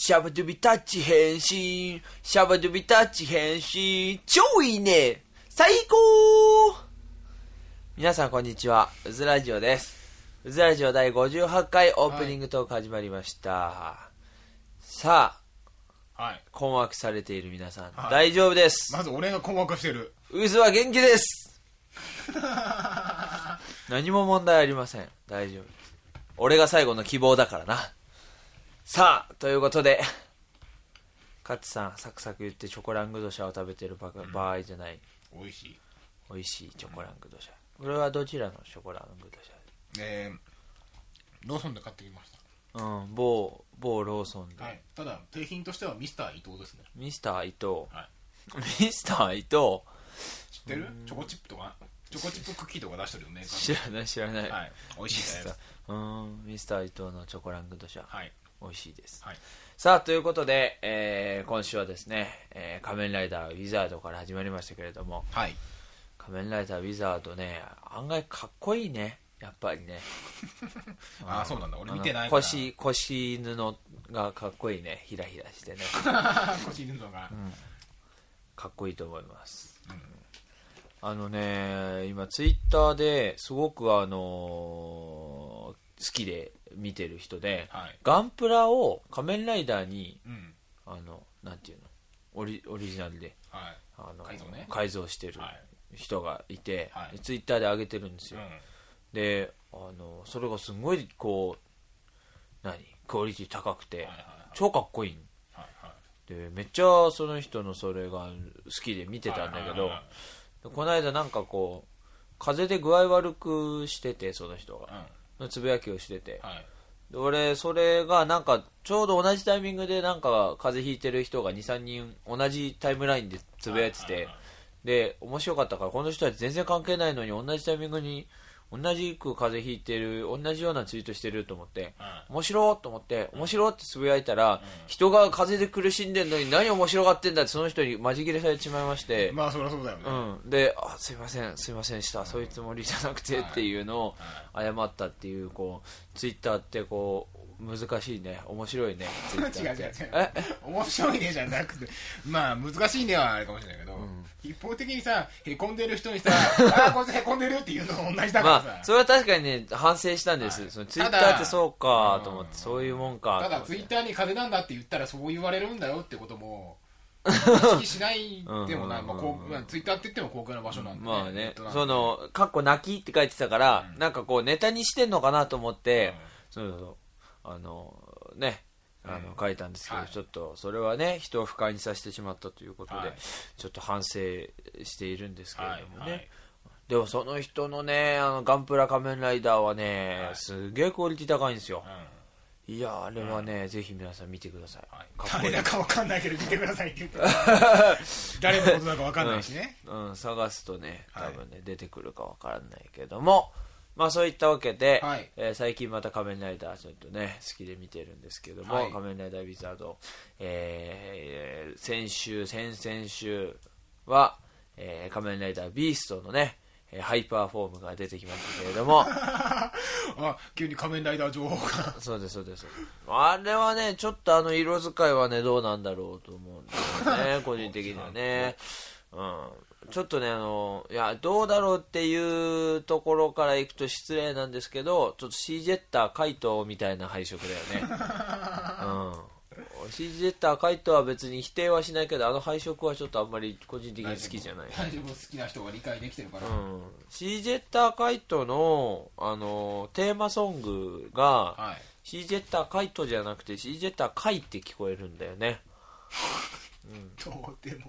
シャバドゥビタッチ変身、シャバドゥビタッチ変身、超いいね、最高。皆さんこんにちは、うずラジオです。うずラジオ第58回オープニングトーク始まりました、はい、さあ、はい、困惑されている皆さん、はい、大丈夫です。 まず俺が困惑してる。 うずは元気です何も問題ありません、大丈夫です。俺が最後の希望だからな。さあ、ということで勝さんサクサク言ってチョコラングドシャを食べてる場合じゃない、 美味しい美味しいチョコラングドシャ、これはどちらのチョコラングドシャ？ローソンで買ってきました。 某ローソンで、 はい、ただ景品としてはミスター伊藤ですね。 ミスター伊藤、 はい、 ミスター伊藤知ってる？チョコチップとかチョコチップクッキーとか出してるよね。 知らない、 はい、美味しいです。 ミスター伊藤のチョコラングドシャ、はい、美味しいです、 はい、 さあということで、今週はですね、仮面ライダーウィザードから始まりましたけれども、 はい、 仮面ライダーウィザードね、案外かっこいいね、やっぱりねああ、そうなんだ、俺見てないから。 腰布がかっこいいね、ヒラヒラしてね腰布が、 かっこいいと思います、今ツイッターですごく好きで見てる人で、はい、ガンプラを仮面ライダーに、なんていうの、オリジナルで、はい、改造してる人がいて、はい、ツイッターで上げてるんですよ、でそれがすごいこうクオリティ高くて、はいはいはい、超かっこいい、はいはい、でめっちゃその人のそれが好きで見てたんだけど、はいはいはい、この間なんかこう風邪で具合悪くしてて、その人が、つぶやきをしてて、はい、で俺それがなんかちょうど同じタイミングでなんか風邪ひいてる人が 2,3 人同じタイムラインでつぶやいてて、はいはいはい、で面白かったから、この人たち全然関係ないのに同じタイミングに同じく風邪ひいてる、同じようなツイートしてると思って、面白いと思って、面白いってつぶやいたら、人が風邪で苦しんでるのに何面白がってんだってその人にマジ切れされてしまいまして、 まあそりゃそうだよね、 で、すいませんでした、そういうつもりじゃなくてっていうのを謝ったっていう、こうツイッターってこう難しいね、面白いね違う面白いねじゃなくて、まあ難しいねはあれかもしれないけど、一方的にさ、へこんでる人にさあこいつへこんでるっていうのと同じだからさ、 まあそれは確かにね反省したんです、はい、そのツイッターってそうかと思って、そういうもんかと思って、 ただツイッターに風邪なんだって言ったらそう言われるんだよってことも意識しないでもない、ツイッターって言っても公開の場所なんで、ね、 まあね、そのかっこ泣きって書いてたから、なんかこうネタにしてんのかなと思って、そう書いたんですけど、ちょっとそれはね人を不快にさせてしまったということで、ちょっと反省しているんですけれどもね、でもその人のねガンプラ仮面ライダーはね、すげえクオリティ高いんですよ、いやあれはね、ぜひ皆さん見てください、 誰だか分かんないけど見てくださいって言って誰のことだか分かんないしね、 探すとね多分ね、出てくるか分からないけども、まあそういったわけで、最近また仮面ライダーちょっとね好きで見てるんですけども、仮面ライダーウィザード、先々週は、仮面ライダービーストのねハイパーフォームが出てきましたけれどもあ、急に仮面ライダー情報がそうですあれはねちょっと色使いはねどうなんだろうと思うんですよね個人的にはね、ちょっとねいやどうだろうっていうところからいくと失礼なんですけど、ちょっとシージェッターカイトみたいな配色だよねシージェッターカイトは別に否定はしないけど、配色はちょっとあんまり個人的に好きじゃない。 大丈夫、好きな人が理解できてるから、 シージェッターカイトの、テーマソングが、シージェッターカイトじゃなくてシージェッターカイって聞こえるんだよねどうでも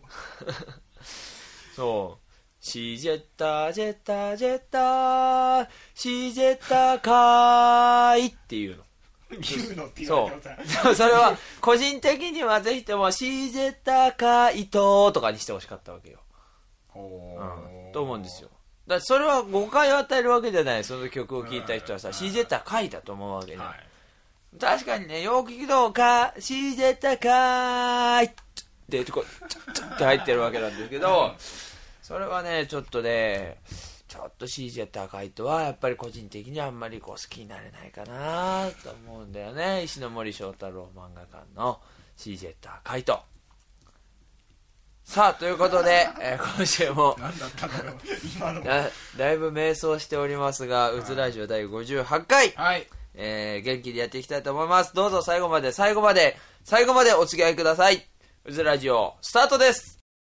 そうシージェッタージェッタージェッターシージェッターカイっていうの言うのって言われてもさ、それは個人的にはぜひともシージェッターカイトとかにしてほしかったわけよ、と思うんですよ。だそれは誤解を与えるわけじゃない。その曲を聴いた人はさ、シージェッターカイだと思うわけね、確かにね、よく聞くとかシージェッターカイってこうちょって入ってるわけなんですけど、それはねちょっとねちょっとシージェッターカイトはやっぱり個人的にはあんまりこう好きになれないかなと思うんだよね。石ノ森章太郎漫画館のシージェッターカイト。さあということで、今週も何だったんだろう今のだいぶ迷走しておりますが、うずラジオ第58回、 はい、 元気でやっていきたいと思います。どうぞ最後までお付き合いください。うずラジオスタートです。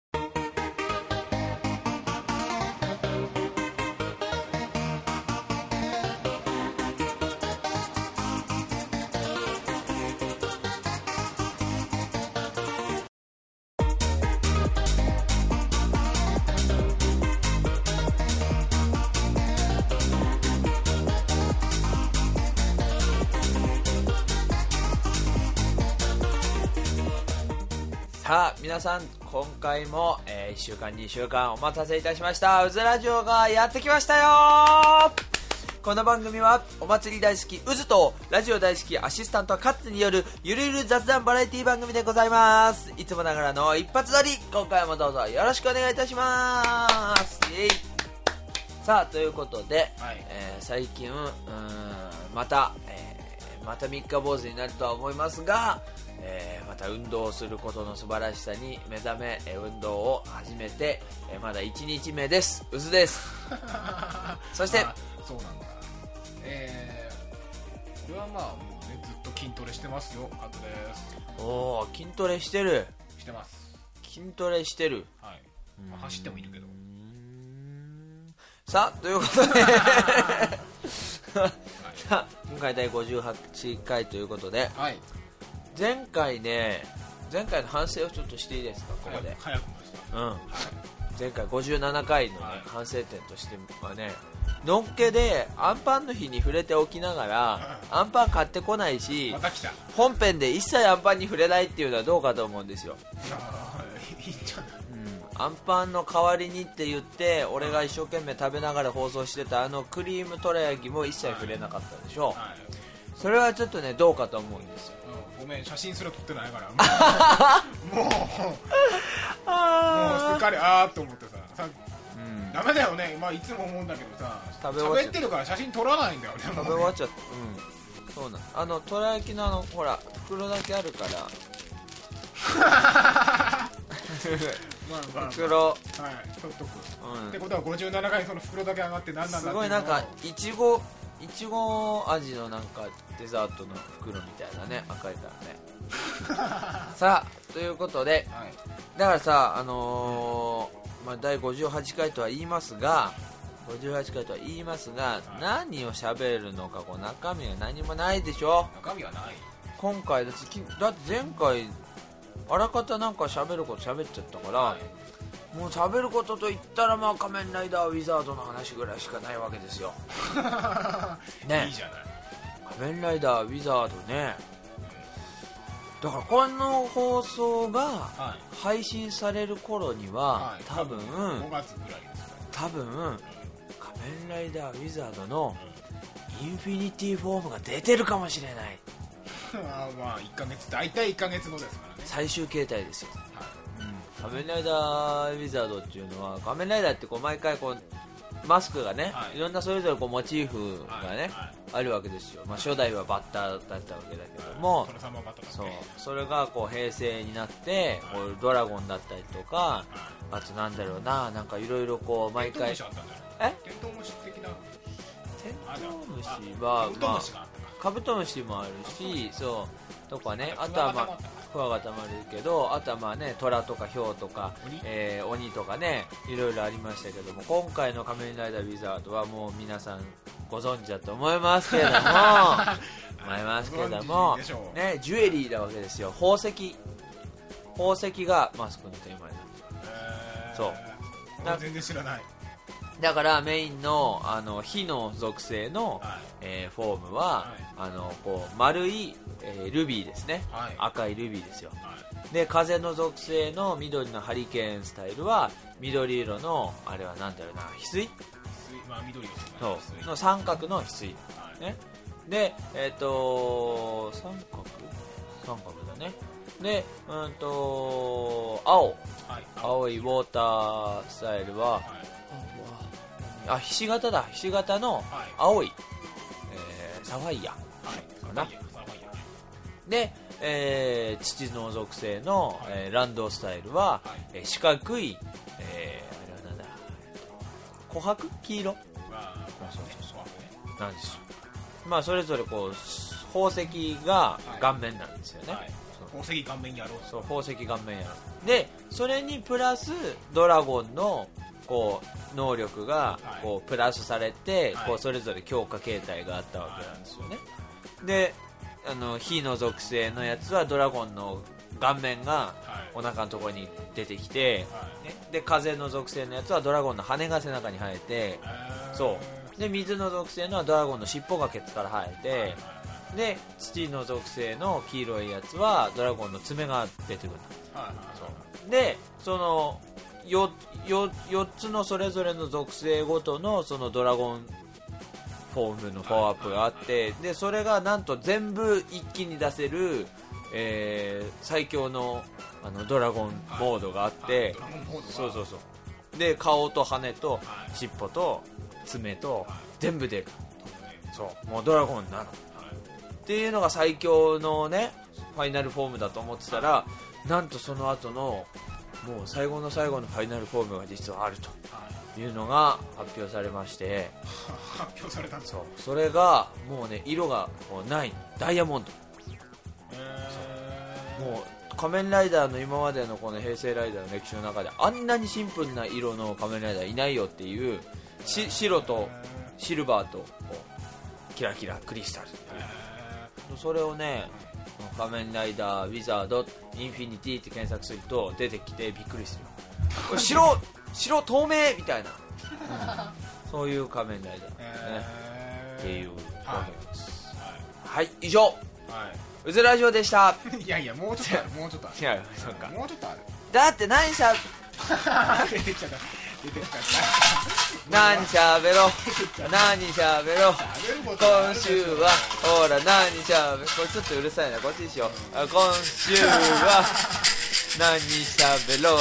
さあ皆さん、今回も、1週間2週間お待たせいたしました。うずラジオがやってきましたよ。この番組はお祭り大好きうずとラジオ大好きアシスタントカッツによるゆるゆる雑談バラエティ番組でございます。いつもながらの一発撮り、今回もどうぞよろしくお願いいたします。さあということで、はい、最近また三日坊主になるとは思いますが、また運動をすることの素晴らしさに目覚め、運動を始めて、まだ1日目です。うずですそしてそうなんだ。俺はまあもうね、ずっと筋トレしてますよ。カツです。 おー、筋トレしてる。 してます。 筋トレしてる。 はい、まあ、走ってもいるけど。 さあということでさあ今回第58回ということで、はい、前回の反省をちょっとしていいですか。ここで早くました、はい、 前回57回の、ね、はい、反省点としてはね、のっけでアンパンの日に触れておきながらアンパン買ってこないし、 また来た本編で一切アンパンに触れないっていうのはどうかと思うんですよ。 いいんじゃない。 アンパンの代わりにって言って俺が一生懸命食べながら放送してたクリームとら焼きも一切触れなかったでしょ、はい、それはちょっとねどうかと思うんですよ。 ごめん、写真すら撮ってないからもうすっかりあーっと思ってさ、ダメだよね、まあ、いつも思うんだけどさ、喋ってるから写真撮らないんだよね。 食べ終わっちゃった。そうなん、とら焼きのほら袋だけあるから袋、はい、 取っとく、ってことは57回その袋だけ上がって何なんだっていうの。 すごいなんかいちご味のなんかデザートの袋みたいなね、赤いからねさあということで、はい、だからさまあ、第58回とは言いますが何を喋るのか、こう中身が何もないでしょ。 中身はない。 今回だって前回あらかたなんか喋ること喋っちゃったから、はい、もう喋ることといったらまあ仮面ライダーウィザードの話ぐらいしかないわけですよね、いいじゃない。 仮面ライダーウィザードね、だからこの放送が配信される頃には、はい、多分 5月ぐらいですかね。 多分仮面ライダーウィザードのインフィニティフォームが出てるかもしれないまあ1ヶ月、大体1ヶ月後ですからね。 最終形態ですよ、はい、仮面ライダーウィザードっていうのは、仮面ライダーってこう毎回こうマスクがね、はい、いろんなそれぞれこうモチーフがね、はいはい、あるわけですよ。まあ、初代はバッターだったわけだけども、それがこう平成になって、こうドラゴンだったりとか、あとなんだろうな、なんかいろいろこう毎回テントウムシ的な。 テントウムシはまあカブトムシもあるし、そうとかね、あとはまあクワガタもあるけど、あとはまあね、トラとかヒョウとか鬼とかね、いろいろありましたけども、今回の仮面ライダーウィザードはもう皆さんご存知だと思いますけれどもね、ジュエリーなわけですよ。宝石がマスクのテーマになってる。そう全然知らない。 だからメインの火の属性の、はい、フォームは、はい、こう丸い、ルビーですね、はい、赤いルビーですよ、はい、で風の属性の緑のハリケーンスタイルは緑色のあれはなんだろうな、翡翠、 まあ、緑ですね、 そうの三角の翡翠、はい、ね、で三角だね。で青いウォータースタイルは、ひし形だ。ひし形の青い、サファイアかな。で、 父の属性の、ランドスタイルは、四角い、あれはなんだ、琥珀黄色なんですよ。まあそれぞれこう宝石が顔面なんですよね、 宝石顔面やろう。 そう、宝石顔面やろうで、それにプラスドラゴンのこう能力がこうプラスされて、こうそれぞれ強化形態があったわけなんですよね。で、火の属性のやつはドラゴンの顔面がお腹のところに出てきて、で風の属性のやつはドラゴンの羽が背中に生えて、そうで、水の属性のはドラゴンの尻尾がケツから生えて、で土の属性の黄色いやつはドラゴンの爪が出てくる。そうで、その 4つのそれぞれの属性ごとのそのドラゴンフォームのパワーアップがあって、でそれがなんと全部一気に出せる、最強のドラゴンモードがあって、そうそうそう、で顔と羽と尻尾と爪と全部出る。そうもうドラゴンなのっていうのが最強のねファイナルフォームだと思ってたら、なんとその後のもう最後の最後のファイナルフォームが実はあるというのが発表されまして、 発表されたんですか。 それがもうね、色がもうないダイヤモンド、もう仮面ライダーの今までのこの平成ライダーの歴史の中であんなにシンプルな色の仮面ライダーいないよっていう、白とシルバーとこうキラキラクリスタルっていう、それをね、仮面ライダーウィザードインフィニティって検索すると出てきてびっくりするよ。白透明みたいな、そういう仮面ライダー、ね、っていうことです。はい、以上、うずラジオでした。 いやいや、もうちょっとある、もうちょっとある。 いや、そうか、 もうちょっとある。 だって何しゃ出てきちゃった。 何しゃべろ何しゃべろ今週はほら何しゃべ、これちょっとうるさいな、こっちにしよう。今週は何しゃべろ。も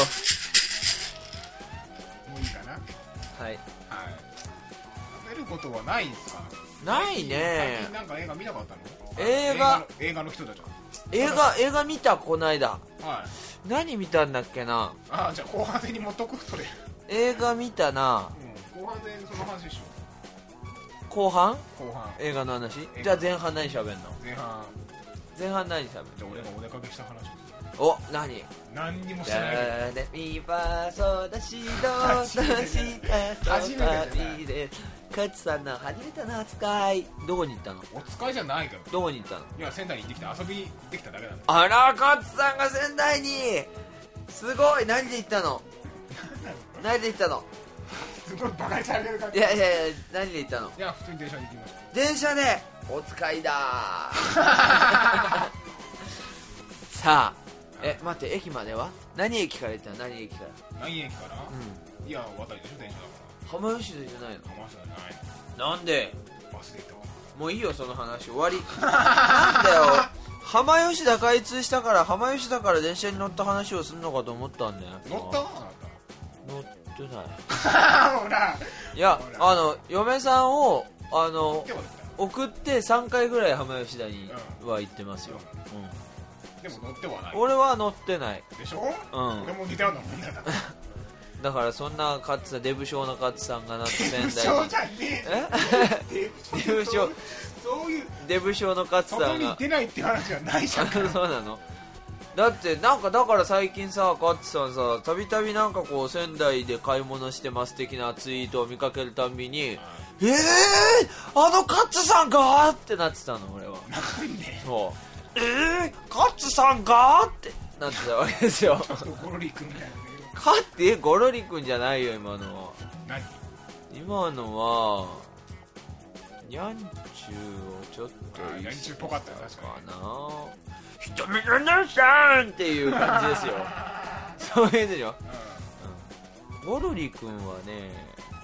ういいかな。はい。食べることはないんですか。 ないね。 なんか映画見なかったの。 映画の人たちは映画見た、こないだ。何見たんだっけな。 じゃあ後半戦に持っとく。それ映画見たな。 後半戦その話でしょ。 後半映画の話。じゃあ前半何しゃべんの。前半何しゃべんの。 じゃあ俺がお出かけした話をする。 お、 何にもしてない。 誰みはそうだしどうしたそかびで勝さんの初めての扱い。どこに行ったの。 お使いじゃないけど。 どこに行ったの。 いや、仙台に行ってきた、遊びに行ってきただけなんだ。 あら、勝さんが仙台に。すごい。何で行ったの。何で行ったの。 すごいバカにされる感じ。 いや何で行ったの。 いや、普通に電車で行きました。 電車でお使いださあ、待って、駅までは何駅から行ったの。何駅から。 いや、渡りでしょ、電車だから。 浜吉でじゃないの。 浜吉じゃない。 なんで。 バスで行ったから。 もういいよ、その話終わり。なんだよ、浜吉田開通したから浜吉田から電車に乗った話をするのかと思ったんだよ。 乗った乗ってない。 ほら、 いや、嫁さんを送って3回ぐらい浜吉田には行ってますよ。 でも乗ってはない。 俺は乗ってないでしょ。俺も似たようなもんだから。 だからそんな勝さん、デブ症の勝さんがなって仙台に。 デブ症じゃねえ。 デブ症、 そういうデブ症の勝さんが外に行ってないっていう話じゃないじゃん。 そうなの。だってなんかだから最近さ、勝さんさ、たびたびなんかこう仙台で買い物してます的なツイートを見かけるたんびに、勝さんがってなってたの、俺は。 なんで。 そう、勝さんがってなってたわけですよ。 ゴロリ君みたいな。 ってゴロリ君じゃないよ、今のは。 何。 今のはニャンチューをちょっとニャンチューっぽかったよ、確かに。ひとみのなさんっていう感じですよ。そういうでしょ。ゴロリ君はね、なんだろうね。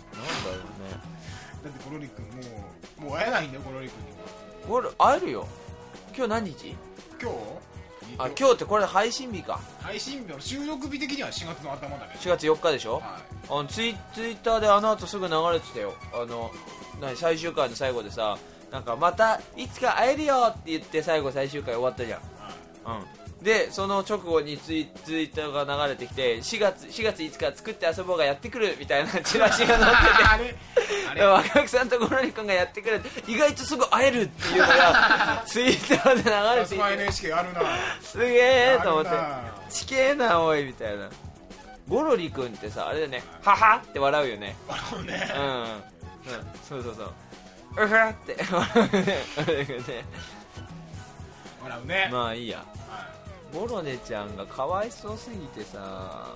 だってゴロリ君もう会えないんだよ、ゴロリ君に。 会えるよ。今日何日。今日ってこれ配信日か。 配信日の収録日的には4月の頭だけど。 4月4日でしょ。ツイッターであの後すぐ流れてたよ。最終回の最後でさ、なんかまたいつか会えるよって言って最終回終わったじゃん。 でその直後にツイートが流れてきて4月5日作って遊ぼうがやってくるみたいなチラシが載っててワクワクさんとゴロリ君がやってくる意外とすぐ会えるっていうのがツイッターで流れていて NHK あるなすげえと思ってちけえなおいみたいな。ゴロリ君ってさあれだねははって笑うよね。 笑うね。 そううふって笑うね笑うね。 まあいいや。ゴロネちゃんがかわいそうすぎてさ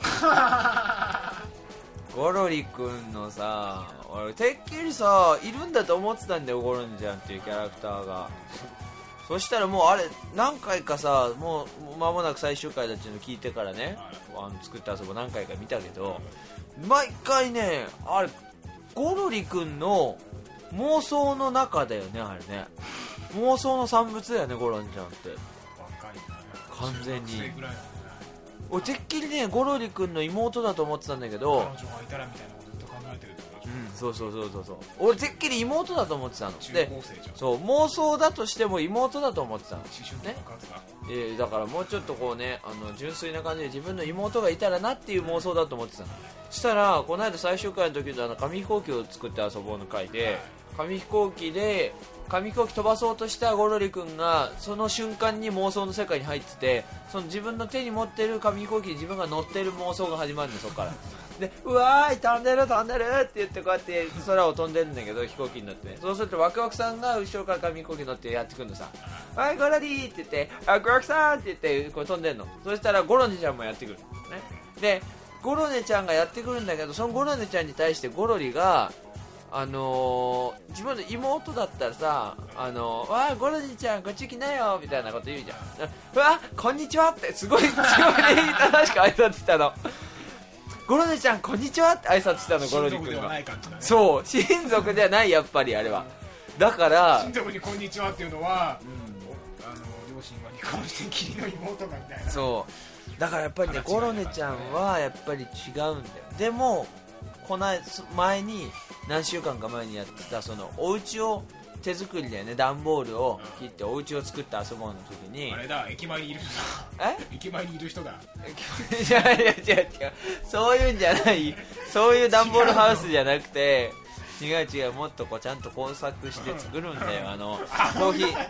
ゴロリくんのさ俺てっきりさいるんだと思ってたんだよゴロネちゃんっていうキャラクターが。そしたらもうあれ何回かさもう間もなく最終回だっていうの聞いてからね作って遊ぼう何回か見たけど毎回ねあれゴロリくんの妄想の中だよね。あれね妄想の産物だよねゴロネちゃんって。完全に俺てっきりねゴロリ君の妹だと思ってたんだけど彼女がいたらみたいなことずっと考えてるってことでしょ。 そう俺てっきり妹だと思ってたのでそう妄想だとしても妹だと思ってたのね。だからもうちょっとこうね純粋な感じで自分の妹がいたらなっていう妄想だと思ってたの。したらこの間最終回の時の紙飛行機を作って遊ぼうの回で紙飛行機飛ばそうとしたゴロリ君がその瞬間に妄想の世界に入っててその自分の手に持ってる紙飛行機に自分が乗ってる妄想が始まるんでそこからでうわーい飛んでるって言ってこうやって空を飛んでるんだけど飛行機に乗ってね。そうするとワクワクさんが後ろから紙飛行機乗ってやってくるのさはいゴロリーって言ってワクワクさんって言ってこう飛んでるの。そしたらゴロネちゃんもやってくる、ね、でゴロネちゃんがやってくるんだけどそのゴロネちゃんに対してゴロリが自分の妹だったらさわあゴロリちゃんこっち来なよみたいなこと言うじゃん。うわこんにちはってすごい礼儀正しく挨拶したのゴロネちゃんこんにちはって挨拶したのゴロリ君が。そう親族ではないやっぱりあれはだから親族にこんにちはっていうのは、両親が離婚して義理の妹がみたいな。 そうだからやっぱりねゴロネちゃんはやっぱり違うんだよ。でもこの前に何週間か前にやってたそのお家を手作りでね段ボールを切ってお家を作って遊ぼうの時にあれだ駅前にいる人だ駅前にいる人だいや違うそういうんじゃないそういう段ボールハウスじゃなくて違うもっとこうちゃんと工作して作るんだよコーヒー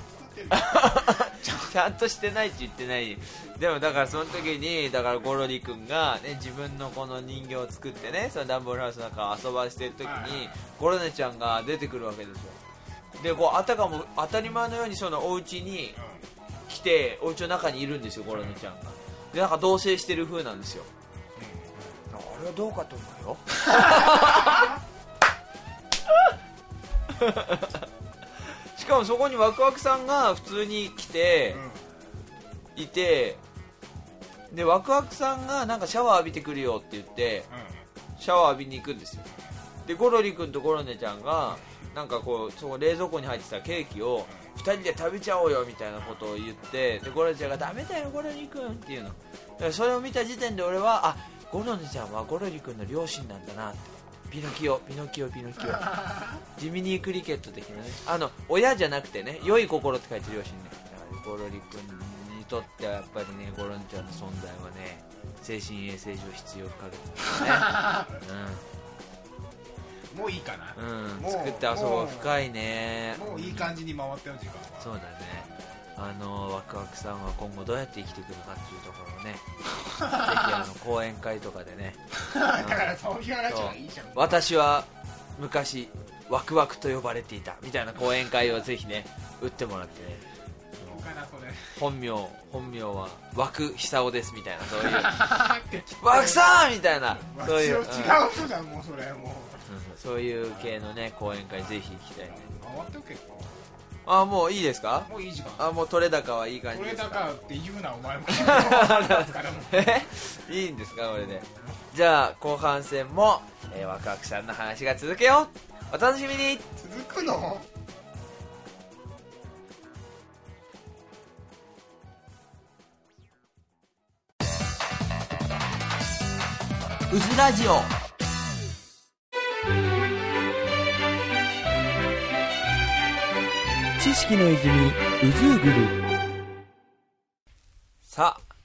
ちゃんとしてないって言ってない。でもだからその時にだからゴロリ君が、ね、自分のこの人形を作ってねそのダンボールハウスの中を遊ばしてる時にゴロネちゃんが出てくるわけですよ。でこうあたかも当たり前のようにそのお家に来てお家の中にいるんですよゴロネちゃんが。でなんか同棲してる風なんですよ。あれはどうかと思うよしかもそこにワクワクさんが普通に来て、いてでワクワクさんがなんかシャワー浴びてくるよって言って、シャワー浴びに行くんですよ。でゴロリ君とゴロネちゃんがなんかこうそこ冷蔵庫に入ってたケーキを2人で食べちゃおうよみたいなことを言ってでゴロネちゃんがダメだよゴロリ君っていうのだからそれを見た時点で俺はゴロネちゃんはゴロリ君の両親なんだなってピノキオジミニークリケット的なね親じゃなくてね良い心って書いて両親ね。だからゴロリ君にとってはやっぱりねゴロネちゃんの存在はね精神衛生上必要不可欠ですねもういいかな、 作って遊ぼう深いね。 もういい感じに回ったよ時間は。 そうだねワクワクさんは今後どうやって生きていくのかっていうところをねぜひ講演会とかでねだからそういう話はいいじゃん。 私は昔ワクワクと呼ばれていたみたいな講演会をぜひね打ってもらってね本名はワク久夫ですみたいなそういうワクさんみたいなそういう違う人だもうそれもうそういう系のね講演会ぜひ行きたいね。 回っておけ結構もういいですか。 もういい時間。 もう取れ高はいい感じですか。 取れ高って言うなお前もいいんですかこれで。じゃあ後半戦も、ワクワクさんの話が続くよ。お楽しみに。 続くの。 うずラジオ。知識の泉うずうぐる。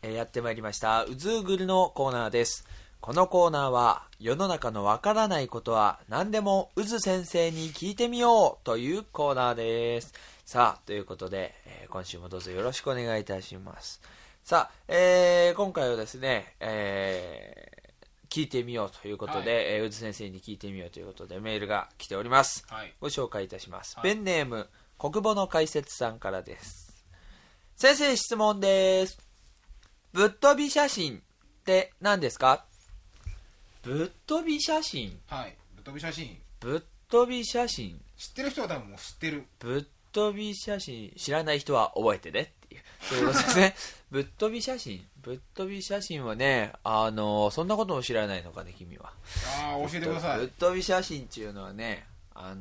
やってまいりましたうずうぐるのコーナーです。このコーナーは世の中のわからないことは何でもうず先生に聞いてみようというコーナーです。さあということで、今週もどうぞよろしくお願いいたします。さあ、今回はですね、聞いてみようということで、うず先生に聞いてみようということでメールが来ております、ご紹介いたします、ペンネーム国母の解説さんからです。先生質問です。ぶっ飛び写真って何ですか？ぶっ飛び写真、 ぶっ飛び写真、 ぶっ飛び写真知ってる人は多分もう知ってる。 ぶっ飛び写真知らない人は覚えてねっていうそういうことですねぶっ飛び写真はね、そんなことも知らないのかね君は。 教えてください。 ぶっ飛び写真っていうのはね、あ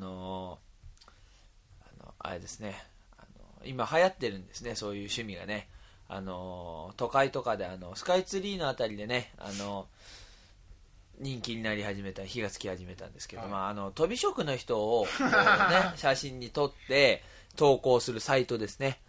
れですね、今流行ってるんですね、そういう趣味がね。都会とかでスカイツリーのあたりでね、人気になり始めた、火がつき始めたんですけど、飛び職の人をこう、ね、写真に撮って投稿するサイトですね。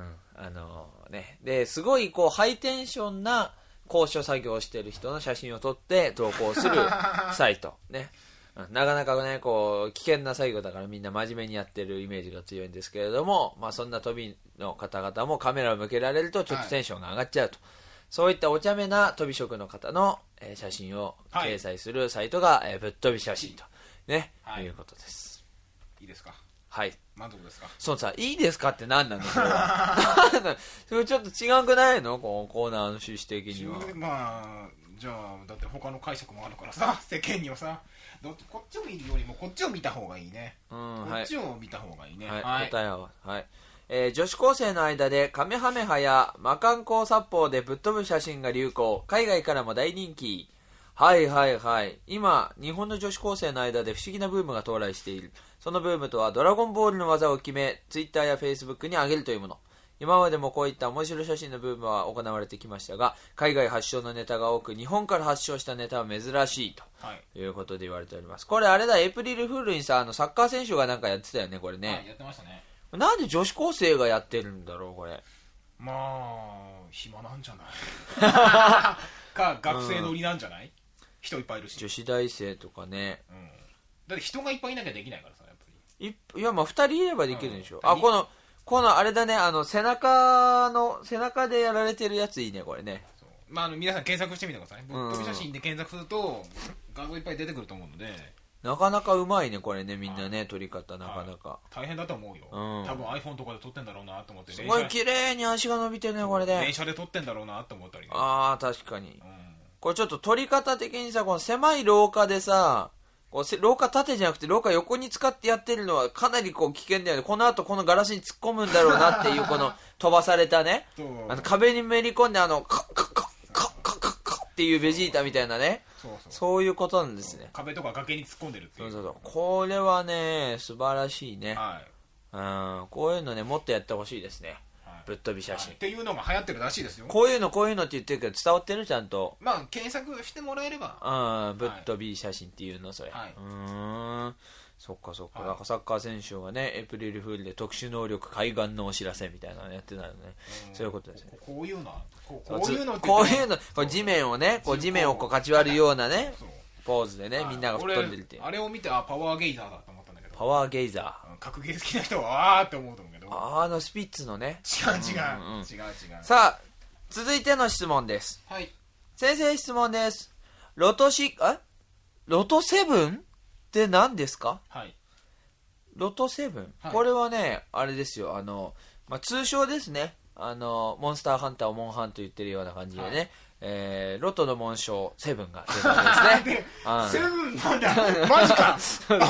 ですごいこうハイテンションな高所作業をしている人の写真を撮って投稿するサイトね。なかなかねこう危険な作業だからみんな真面目にやってるイメージが強いんですけれども、そんな飛びの方々もカメラを向けられるとちょっとテンションが上がっちゃうと、そういったお茶目な飛び職の方の写真を掲載するサイトがぶっ飛び写真と、ねいうことです。 いいですか？ はい、 満足ですか？ そうさ、いいですかって何なのそれはそれちょっと違くないのこのコーナーの趣旨的には。 じゃあだって他の解釈もあるからさ、世間にはさ、こっちを見るよりもこっちを見た方がいいね。こっちを見た方がいいね。 答えは女子高生の間でカメハメハや魔漢光殺法でぶっ飛ぶ写真が流行、海外からも大人気。今日本の女子高生の間で不思議なブームが到来している。そのブームとはドラゴンボールの技を決め Twitter や Facebook に上げるというもの。今までもこういった面白い写真のブームは行われてきましたが、海外発祥のネタが多く日本から発祥したネタは珍しいということで言われております。これあれだ、エイプリルフールにさ、サッカー選手がなんかやってたよねこれね。 やってましたね。 なんで女子高生がやってるんだろうこれ。 暇なんじゃないか学生乗りなんじゃない、人いっぱいいるし。 女子大生とかね、 だって人がいっぱいいなきゃできないからさ、やっぱりいや2人いればできるんでしょ。このあれだね、背中でやられてるやついいねこれね。 皆さん検索してみてください。ぶっ飛び写真で検索すると画像いっぱい出てくると思うので、 なかなかうまいねこれね、みんなね撮り方なかなか大変だと思うよ。多分 iPhone とかで撮ってんだろうなと思って、 すごい綺麗に足が伸びてるねこれで。 電車で撮ってんだろうなと思ったりね。 確かに、これちょっと撮り方的にさ、この狭い廊下でさ、こう廊下縦じゃなくて廊下横に使ってやってるのはかなりこう危険だよね。この後このガラスに突っ込むんだろうなっていうこの飛ばされたね壁にめり込んでカッっていうベジータみたいなね、そういうことなんですね。 壁とか崖に突っ込んでるっていう。 そうこれはね素晴らしいね。こういうのねもっとやってほしいですね。ぶっ飛び写真、 っていうのが流行ってるらしいですよ。 こういうのって言ってるけど伝わってるちゃんと。 検索してもらえれば。 ぶっ飛び写真っていうのそれ。そっか。なんかサッカー選手がねエイプリルフールで特殊能力開眼のお知らせみたいなのやってたよね。そういうことですね。 こういうのこう地面をね地面をこうかち割るようなねポーズでねみんなが吹っ飛んでるっていう。 あれを見てパワーゲイザーだと思ったんだけど。 パワーゲイザー、 格ゲー好きな人はって思うと思うけど。 スピッツのね。 違う。 さあ続いての質問です。先生質問です。ロトセブンって何ですか？ロトセブン、これはねあれですよ、通称ですね。モンスターハンターをモンハンと言ってるような感じでね、ロトの紋章セブンが出たんですね。 セブンなんだマジか。そう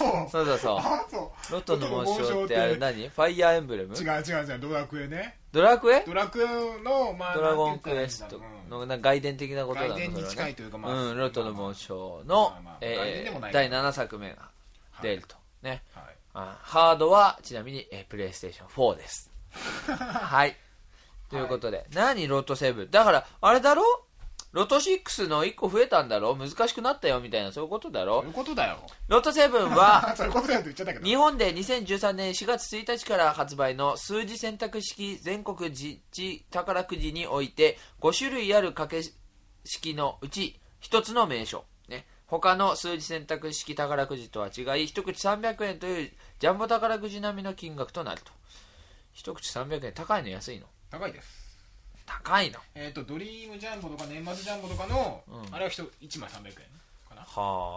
ロトの紋章ってあれ何？ファイアーエンブレム？違う、ドラクエね。 ドラクエのドラゴンクエストの外伝的なことだね。 外伝に近いというか、 ロトの紋章の第7作目が出るとね。ハードはちなみにプレイステーション4です。ということで、何ロトセブンだからあれだろ、 ロト6の1個増えたんだろ、難しくなったよみたいな、そういうことだろ。 そういうことだよ。 ロト7はそういうことだよって言っちゃったけど、 日本で2013年4月1日から発売の数字選択式全国自治宝くじにおいて5種類ある掛け式のうち1つの名称、ね、他の数字選択式宝くじとは違い一口300円というジャンボ宝くじ並みの金額となると。一口300円、高いの安いの？ 高いです。 高いの。 ドリームジャンボとか年末ジャンボとかの、あれは1枚300円かな。 はあ、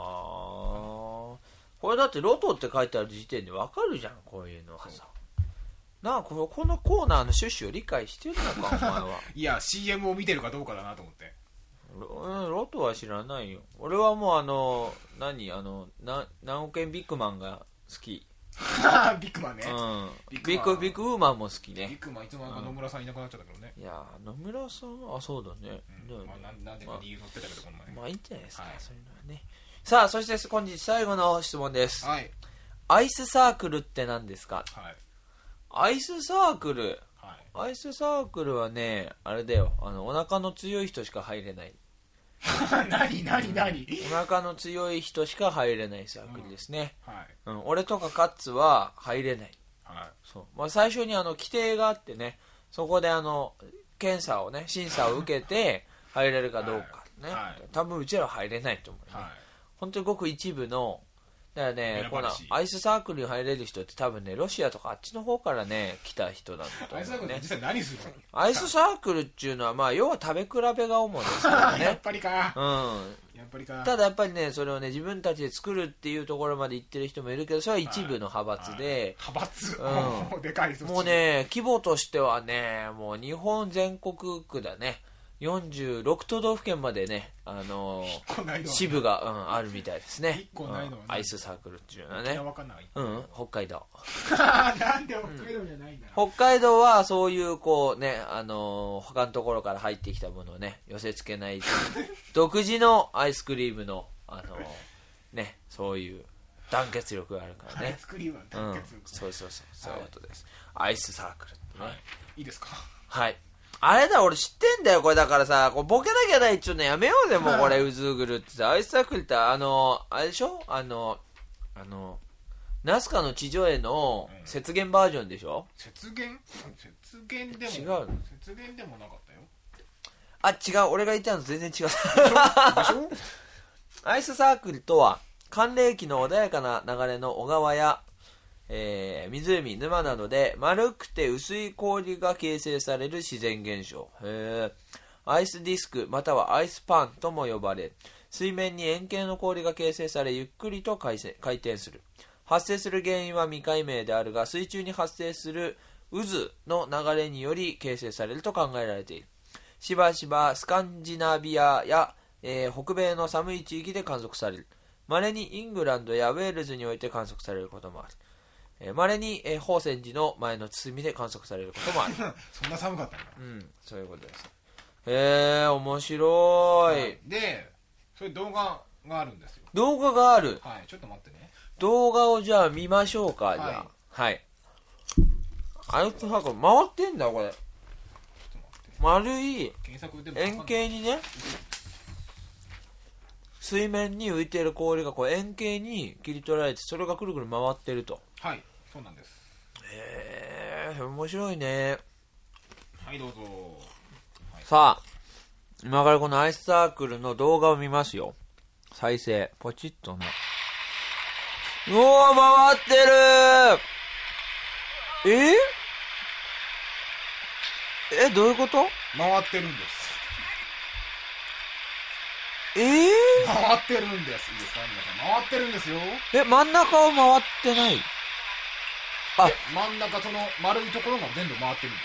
これだってロトって書いてある時点でわかるじゃん、こういうのはさ。なあ、このコーナーの趣旨を理解してるのかお前は。 いや CM を見てるかどうかだなと思って。 ロトは知らないよ。俺はもう何億円ビッグマンが好き。 ビッグマンね、 ビッグウーマンも好きね。 ビッグマンいつも野村さんいなくなっちゃったけどね。 いや野村さんはそうだね、 なんでか理由載ってたけどこの前。 まあいいんじゃないですか、そういうのはね。さあ、そして本日最後の質問です。 はい。 アイスサークルって何ですか？ はい。 アイスサークル、 はい、 アイスサークルはね、あれだよ、お腹の強い人しか入れない。 何お腹の強い人しか入れないサークルですね、 はい、 俺とかカッツは入れない、 はい、 そう、まあ、最初に規定があってね、そこで検査をね、審査を受けて入れるかどうかね、はい、多分うちらは入れないと思うね、はい、本当にごく一部の、だからね、このアイスサークルに入れる人って多分ね、ロシアとかあっちの方からね来た人なんだと思うね。 アイスサークルって実際何するの？ アイスサークルっていうのは、まあ要は食べ比べが主ですからね。 やっぱりか。 やっぱりか。ただやっぱりね、それをね、自分たちで作るっていうところまで行ってる人もいるけど、それは一部の派閥で、 派閥、でかい。 もうね、規模としてはね、もう日本全国区だね、46都道府県までね、支部が、あるみたいですね。 1個ないのはアイスサークルっていうのはね。北海道。 なんで北海道じゃないんだ。 北海道はそういうこうね、他のところから入ってきたものをね、寄せ付けない独自のアイスクリームのね、そういう団結力があるからね。 アイスクリームは団結力。 そういうことです。アイスサークルってね。 いいですか？ はい。あれだ、俺知ってんだよ、これだからさ、これボケなきゃないっちゅうのやめようぜ、もうこれ、うずうぐるってさ、アイスサークルって、あれでしょナスカの地上絵の雪原バージョンでしょ？ 雪原でも。 違う。 雪原でもなかったよ。 あ、違う、俺が言ったのと全然違う。アイスサークルとは、寒冷期の穏やかな流れの小川や、湖、沼などで丸くて薄い氷が形成される自然現象。アイスディスクまたはアイスパンとも呼ばれ、水面に円形の氷が形成されゆっくりと回転する。発生する原因は未解明であるが、水中に発生する渦の流れにより形成されると考えられている。しばしばスカンジナビアや、北米の寒い地域で観測される。稀にイングランドやウェールズにおいて観測されることもある。稀に宝泉寺の前の包みで観測されることもある。 そんな寒かったんだ。 そういうことです。面白い。 で、そういう動画があるんですよ。 動画がある。 はい、ちょっと待ってね。 動画をじゃあ見ましょうか、じゃあ。はい。アイスサークル回ってんだ、これ。丸い円形にね、水面に浮いている氷がこう円形に切り取られて、それがくるくる回ってると。 はい、そうなんです。 面白いね。 はい、どうぞ。 さあ、今からこのアイスサークルの動画を見ますよ。再生、ポチッとね。うおー、回ってるー。どういうこと？ 回ってるんです。回ってるんです。いいですか、皆さん。回ってるんですよ。 真ん中を回ってない？ 真ん中、その丸いところが全部回ってるんです。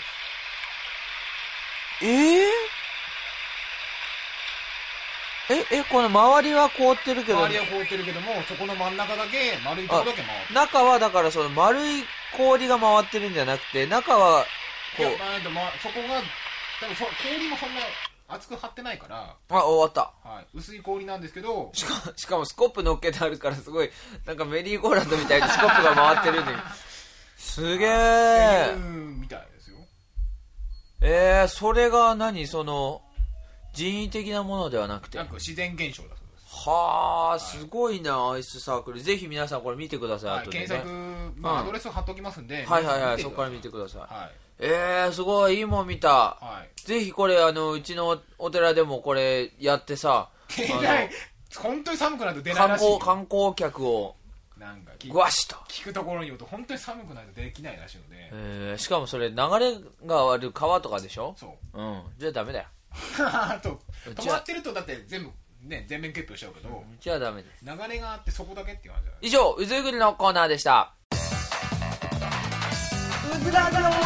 この周りは凍ってるけど。 周りは凍ってるけども、そこの真ん中だけ、丸いところだけ回ってる。 中はだからその丸い氷が回ってるんじゃなくて、中はこう。そこが、多分氷もそんな厚く張ってないから。 終わった。 はい。薄い氷なんですけど。 しかもスコップ乗っけてあるからすごい、なんかメリーゴーランドみたいにスコップが回ってるんで。すげー。 みたいですよ。 それが何人為的なものではなくて、 なんか自然現象だそうです。 はあ、すごいな、アイスサークル。ぜひ皆さんこれ見てください。 はい、検索、アドレス貼っときますんで、 はいはいはい、そこから見てください。はい、すごいいいもん見た。はい、ぜひこれうちのお寺でもこれやってさ、 本当に寒くなると出ないらしいよ。 観光客をなんかぐわしと聞くところによると本当に寒くないとできないらしいので、しかもそれ流れがある川とかでしょ。そう、じゃあダメだよ。 止まってるとだって全部ね全面結氷しちゃうけど、 じゃあダメです。 流れがあってそこだけっていう感じだ。 以上、うずぐりのコーナーでした。うずらじろ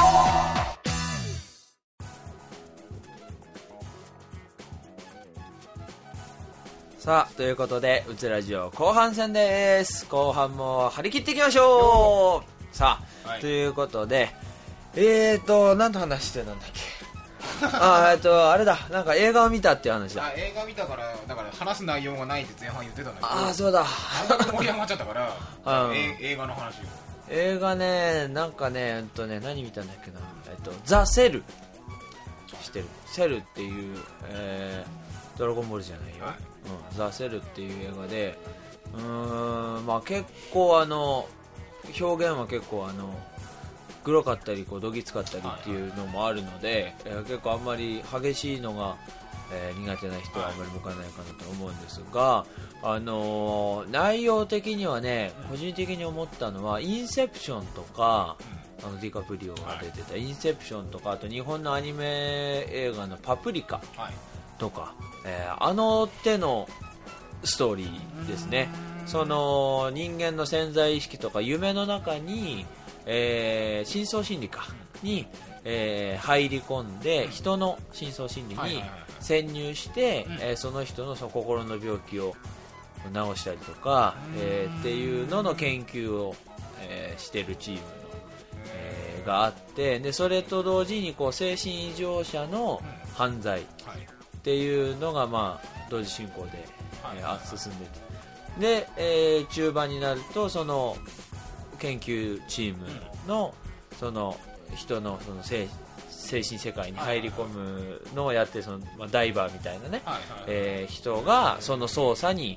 さあ、ということでうつラジオ後半戦です。後半も張り切っていきましょう。さあ、はい、ということで何の話してたんだっけあれだ、なんか映画を見たっていう話だ。 映画見たから、だから話す内容がないって前半言ってたんだけど、 そうだ、 あんまり盛り上がっちゃったから映画の話を。 映画ね、なんかね、何見たんだっけな、ザ・セル知ってる？セルっていう、ドラゴンボールじゃないよ、はい、ザ・セルっていう映画で、まあ結構表現は結構グロかったりこうどぎつかったりっていうのもあるので、結構あんまり激しいのが、苦手な人はあんまり向かないかなと思うんですが、内容的にはね、個人的に思ったのはインセプションとか、ディカプリオが出てたインセプションとか、あと日本のアニメ映画のパプリカとか、手のストーリーですね。その人間の潜在意識とか夢の中に、深層心理に、入り込んで人の深層心理に潜入して、その人の心の病気を治したりとか、っていうのの研究を、しているチームの、があって、でそれと同時にこう精神異常者の犯罪っていうのが、まあ、同時進行で、進んでて、で、中盤になるとその研究チームのその人のその精神世界に入り込むのをやってその、ダイバーみたいなね、人がその捜査に、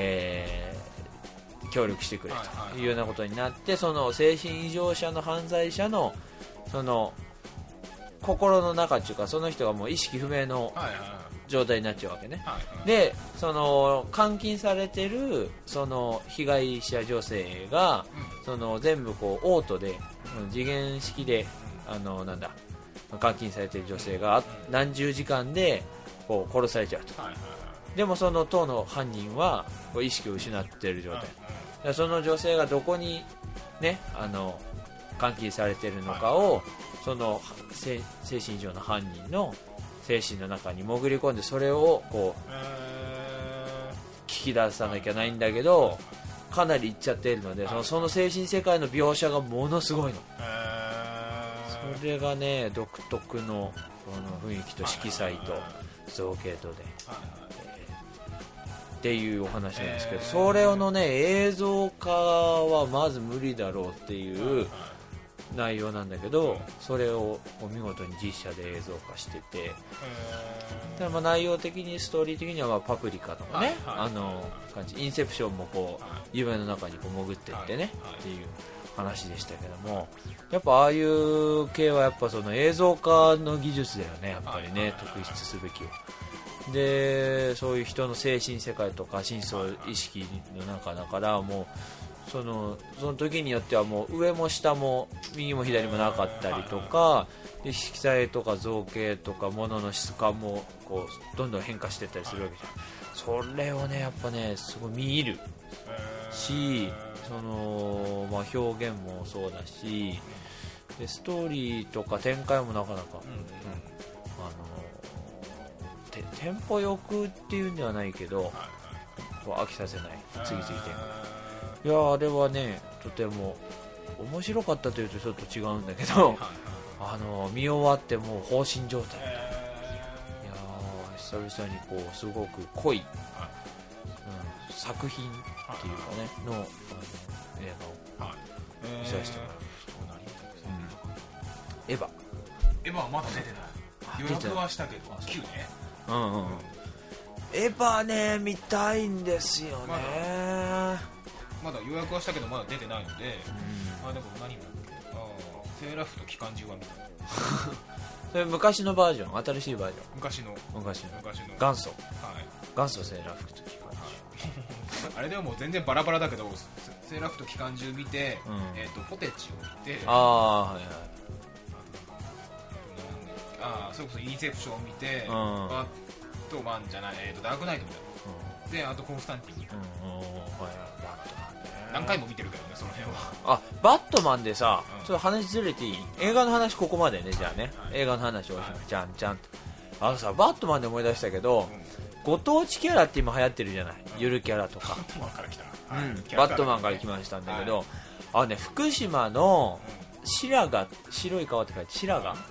協力してくれというようなことになって、その精神異常者の犯罪者のその心の中っていうか、その人がもう意識不明の状態になっちゃうわけね。で、その監禁されてるその被害者女性が、その全部こうオートで次元式でなんだ、監禁されてる女性が何十時間でこう殺されちゃうと。でもその当の犯人はこう意識を失っている状態、その女性がどこにね監禁されているのかを、その精神異常の犯人の精神の中に潜り込んで、それをこう聞き出さなきゃないんだけど、かなりいっちゃっているので、その精神世界の描写がものすごいの。それがね、独特のこの雰囲気と色彩と造形とで、っていうお話なんですけど、それのね、映像化はまず無理だろうっていう内容なんだけど、それを見事に実写で映像化してて、ただまあ内容的にストーリー的にはまあパプリカとかね、感じ、インセプションもこう夢の中にこう潜っていってね、っていう話でしたけども、やっぱああいう系はやっぱその映像化の技術だよね、やっぱりね、特筆すべきは。で、そういう人の精神世界とか深層意識の中だから、もうその時によってはもう上も下も右も左もなかったりとか、で色彩とか造形とか物の質感もこうどんどん変化していったりするわけじゃん。それをね、やっぱね、すごい見入るし、その、まあ、表現もそうだし、でストーリーとか展開もなかなか、テンポよくっていうんではないけど、こう飽きさせない、次々展開。いや、あれはね、とても面白かったというとちょっと違うんだけど、見終わってもう放心状態。いや久々にこうすごく濃い、作品っていうかねの映画を見させてもらいました。エヴァはまだ出てない。予約はしたけど9ね。 エヴァね見たいんですよね。 まだ予約はしたけどまだ出てないので、でも何だっけ、セーラフと機関銃は見たそれ昔のバージョン、新しいバージョン、 昔の元祖、元祖セーラフと機関銃あれではもう全然バラバラだけど、セーラフと機関銃見て、ポテチを見て、それこそインセプションを見て、バットマンじゃない、ダークナイトみたいな、であとコンスタンティン、何回も見てるけどね、その辺は。 バットマンでさ、ちょっと話ずれていい？映画の話ここまでね、じゃあね、映画の話をじゃんじゃんと。バットマンで思い出したけど、ご当地キャラって今流行ってるじゃない、ゆるキャラとか。 バットマンから来た、 バットマンから来ましたんだけど、福島の白川、白い川って書いて白川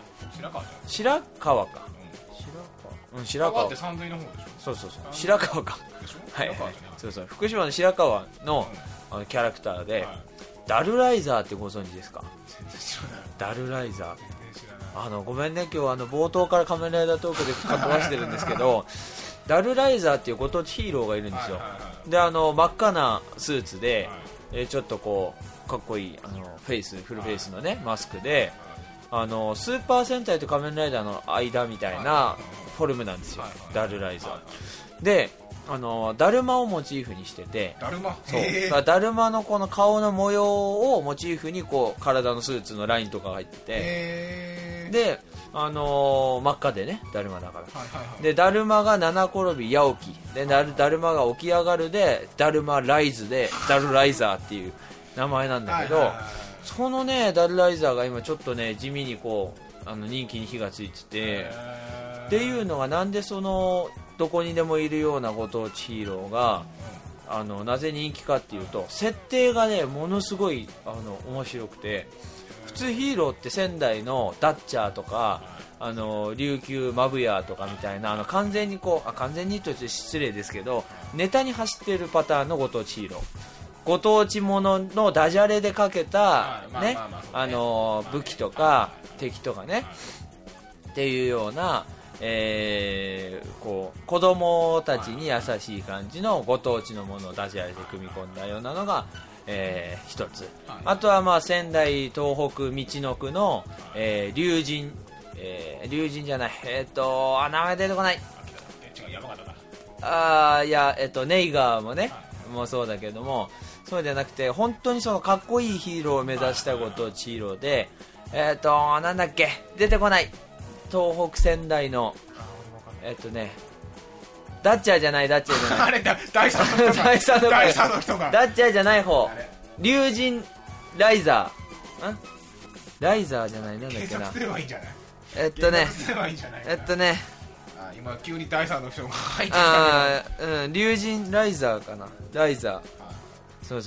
か、白川って山水の方でしょ。 そう白川か、そう福島の白川のキャラクターで、ダルライザーってご存知ですか？ダルライザー、ごめんね、今日冒頭から仮面ライダートークでかっ飛ばしてるんですけどダルライザーっていうご当地ヒーローがいるんですよ。で真っ赤なスーツで、ちょっとこうかっこいいフルフェイスのねマスクで、スーパー戦隊と仮面ライダーの間みたいなフォルムなんですよ、ダルライザーで、ダルマをモチーフにしてて、ダルマのこの顔の模様をモチーフにこう体のスーツのラインとかが入ってて、で、真っ赤でね、ダルマだから、でダルマが七転び八起きで、ダルマが起き上がるでダルマライズでダルライザーっていう名前なんだけど、そのねダルライザーが今ちょっとね地味にこう人気に火がついてて、っていうのがなんでそのどこにでもいるようなご当地ヒーローがなぜ人気かっていうと、設定がねものすごい面白くて、普通ヒーローって仙台のダッチャーとか琉球マブヤとかみたいな完全にこう完全にと言って失礼ですけどネタに走っているパターンのご当地ヒーロー、ご当地もののダジャレでかけたね武器とか敵とかねっていうようなこう子供たちに優しい感じのご当地のものをダジャレで組み込んだようなのが一つ、あとは仙台東北道の区の龍神じゃない、名前出てこない、いやネイガーもねもそうだけども、そうじゃなくて本当にそのかっこいいヒーローを目指したご当地ヒーローで、なんだっけ出てこない、東北仙台のダッチャーじゃないあれ第三の人がダッチャーじゃない方、龍神ライザーライザーじゃない、なんだっけな、 検索すればいいんじゃない、今急に第三の人が入ってきた龍神ライザーかな、ライザー、そう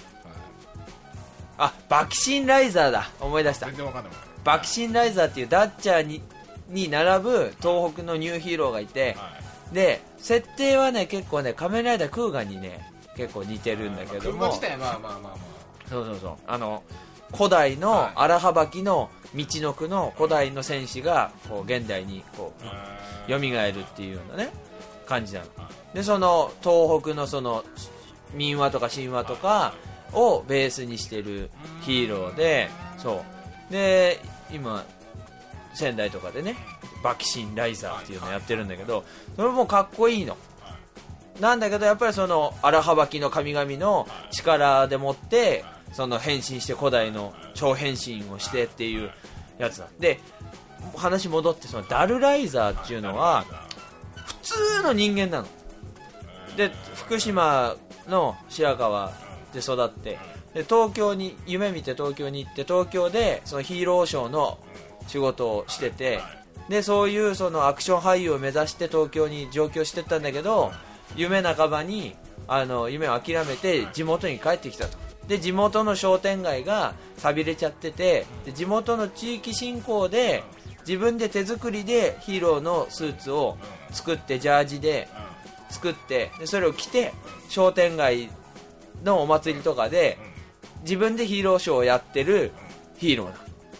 バキシンライザーだ、思い出した、 全然わかんない。 バキシンライザーっていうダッチャーに並ぶ東北のニューヒーローがいて、で設定はね結構ね仮面ライダークーガンにね結構似てるんだけども、 クーガン自体そう古代の荒幅きの道の区の古代の戦士がこう現代にこう蘇るっていうようなね感じなので、その東北のその民話とか神話とかをベースにしてるヒーローで、そうで今仙台とかでねバキシンライザーっていうのをやってるんだけど、それもかっこいいのなんだけど、やっぱりその荒幅きの神々の力でもってその変身して古代の超変身をしてっていうやつだ。で話戻って、そのダルライザーっていうのは普通の人間なので、福島の白川で育って、で東京に夢見て東京に行って、東京でそのヒーローショーの仕事をしてて、でそういうそのアクション俳優を目指して東京に上京してったんだけど、夢半ばに夢を諦めて地元に帰ってきたと。で地元の商店街が寂れちゃってて、で地元の地域振興で自分で手作りでヒーローのスーツを作って、ジャージで作って、でそれを着て商店街のお祭りとかで自分でヒーローショーをやってるヒーローな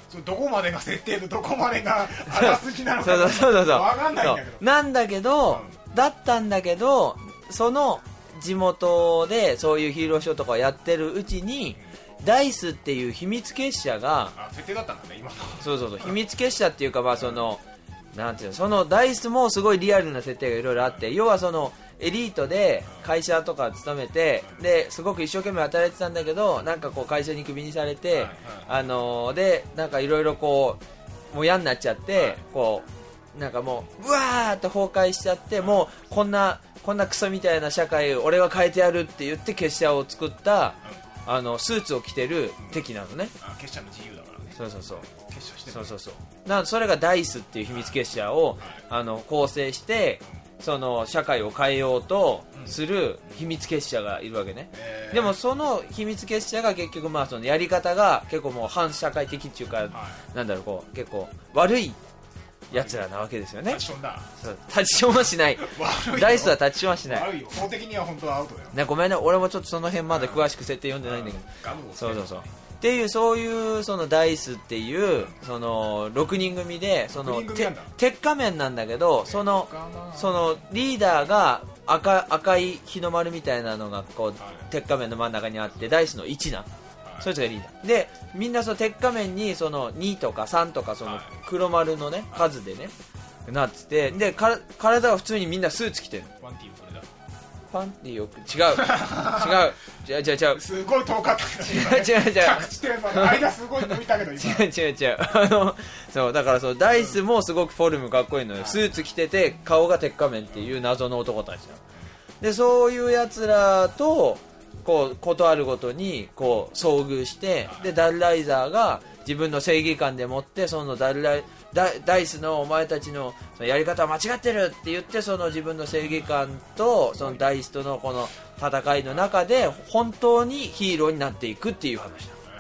どこまでが設定とどこまでがあらすじなのかそう分かんないんだけどなんだけど、だったんだけど、その地元でそういうヒーローショーとかをやってるうちに、ダイスっていう秘密結社が、 設定だったんだね今の。 そう秘密結社っていうか、まあそのなんていうの、そのダイスもすごいリアルな設定がいろいろあって、要はそのエリートで会社とか勤めて、ですごく一生懸命働いてたんだけど、なんかこう会社にクビにされて、でなんかいろいろこうもう嫌になっちゃって、こうなんかもううわーって崩壊しちゃって、もうこんなクソみたいな社会を俺は変えてやるって言って結社を作った、スーツを着てる敵なのね。 結社の自由だからね。 そう結社してる。 それがダイスっていう秘密結社を構成して、その社会を変えようとする秘密結社がいるわけね。でもその秘密結社が結局まあそのやり方が結構もう反社会的っていうか、なんだろう、こう結構悪いやつらなわけですよね。 タッチションだ。 タッチションはしないダイスはタッチションはしない。 悪いよ。法的には本当はアウトだよね。ごめんね、俺もちょっとその辺まで詳しく設定読んでないんだけど、そうっていう、そういうそのダイスっていうその6人組で、その鉄仮面なんだけど、そのリーダーが赤い日の丸みたいなのがこう鉄仮面の真ん中にあって、ダイスの1な、そいつがリーダーで、みんなその鉄仮面にその2とか3とかその黒丸のね数でねなってて、で体は普通にみんなスーツ着てる。パンティーを違うすごい遠かった違う着地点まで間すごい伸びたけど今違うそうだから、そうダイスもすごくフォルムかっこいいのよ。スーツ着てて顔が鉄仮面っていう謎の男たちなので、そういうやつらとこうことあるごとにこう遭遇して、でダルライザーが自分の正義感でもって、そのダイスのお前たちのやり方は間違ってるって言って、その自分の正義感とそのダイスとのこの戦いの中で本当にヒーローになっていくっていう話だ。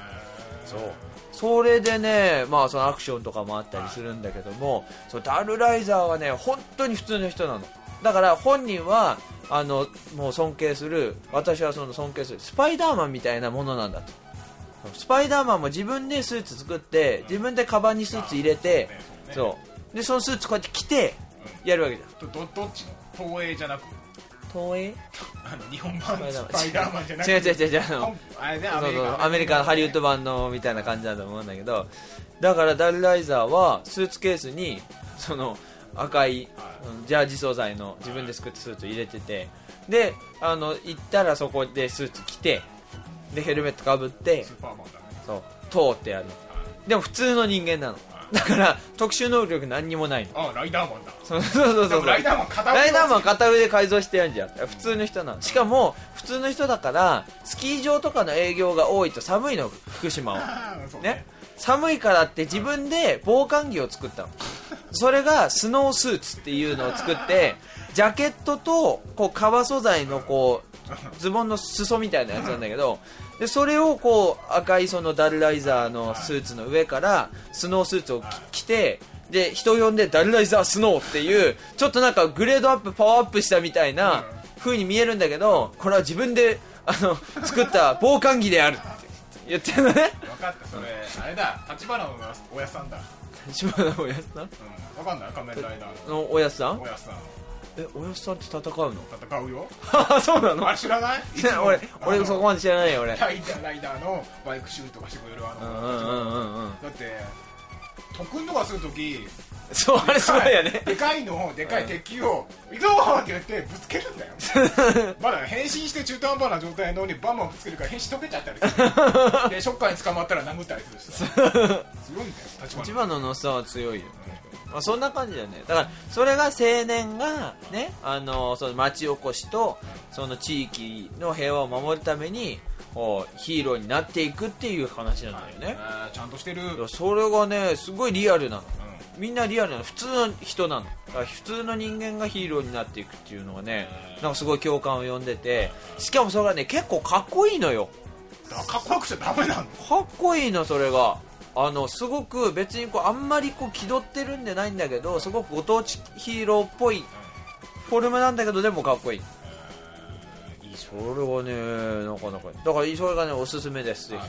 それでね、まあそのアクションとかもあったりするんだけども、そのダルライザーはね本当に普通の人なの。だから本人はもう尊敬する、私はその尊敬するスパイダーマンみたいなものなんだと。スパイダーマンも自分でスーツ作って、自分でカバンにスーツ入れて、そうでそのスーツこうやって着てやるわけじゃん。 どっちの東映じゃなく、 東映日本版スパイダーマンじゃなくて、 違うアメリカのハリウッド版のみたいな感じだと思うんだけど、だからダルライザーはスーツケースにその赤いジャージ素材の自分で作ったスーツを入れてて、で行ったらそこでスーツ着て、でヘルメットかぶってスーパーマンだね。 そう通ってやる。でも普通の人間なの。だから特殊能力何にもないの。 ライダーマンだ。 そうライダーマン片腕で改造してやるじゃん。普通の人なの。しかも普通の人だから、スキー場とかの営業が多いと寒いの、福島はね。寒いからって自分で防寒着を作ったの。それがスノースーツっていうのを作って、ジャケットとこう革素材のこうズボンの裾みたいなやつなんだけど、でそれをこう赤いそのダルライザーのスーツの上からスノースーツを着て、で人呼んでダルライザースノーっていう、ちょっとなんかグレードアップパワーアップしたみたいな風に見えるんだけど、これは自分で作った防寒着であるって言ってるのね。 分かった、それあれだ、立花のおやすさんだ。 立花のおやすさん、 分かんない、仮面ライダーのおやすさん。 おやすさん、 おやすさんって戦うの？ 戦うよ。 そうなの？ あれ知らない？ 俺そこまで知らないよ。俺ライダーのバイク修理とかしてくれるだって特訓とかするとき、 そうあれすごいよね。 でかい敵を行くぞーって言ってぶつけるんだよ。まだ変身して中途半端な状態のにバンバンぶつけるから変身溶けちゃったりする。でショッカーに捕まったら殴ったりするし。強いんだよ。 立花のおっさんは強いよ。まあ、そんな感じだよね。だからそれが青年がね、その町おこしとその地域の平和を守るためにヒーローになっていくっていう話なんだよね。 ちゃんとしてる。 それがねすごいリアルなの。みんなリアルなの。普通の人なの。だから普通の人間がヒーローになっていくっていうのがね、なんかすごい共感を呼んでて、しかもそれがね結構かっこいいのよ。 かっこよくちゃダメなの？ かっこいいの、それが。すごく別にこうあんまりこう気取ってるんじゃないんだけど、すごくご当地ヒーローっぽいフォルムなんだけど、でもかっこいい。それはねなかなかだからそれがねおすすめです。ぜひ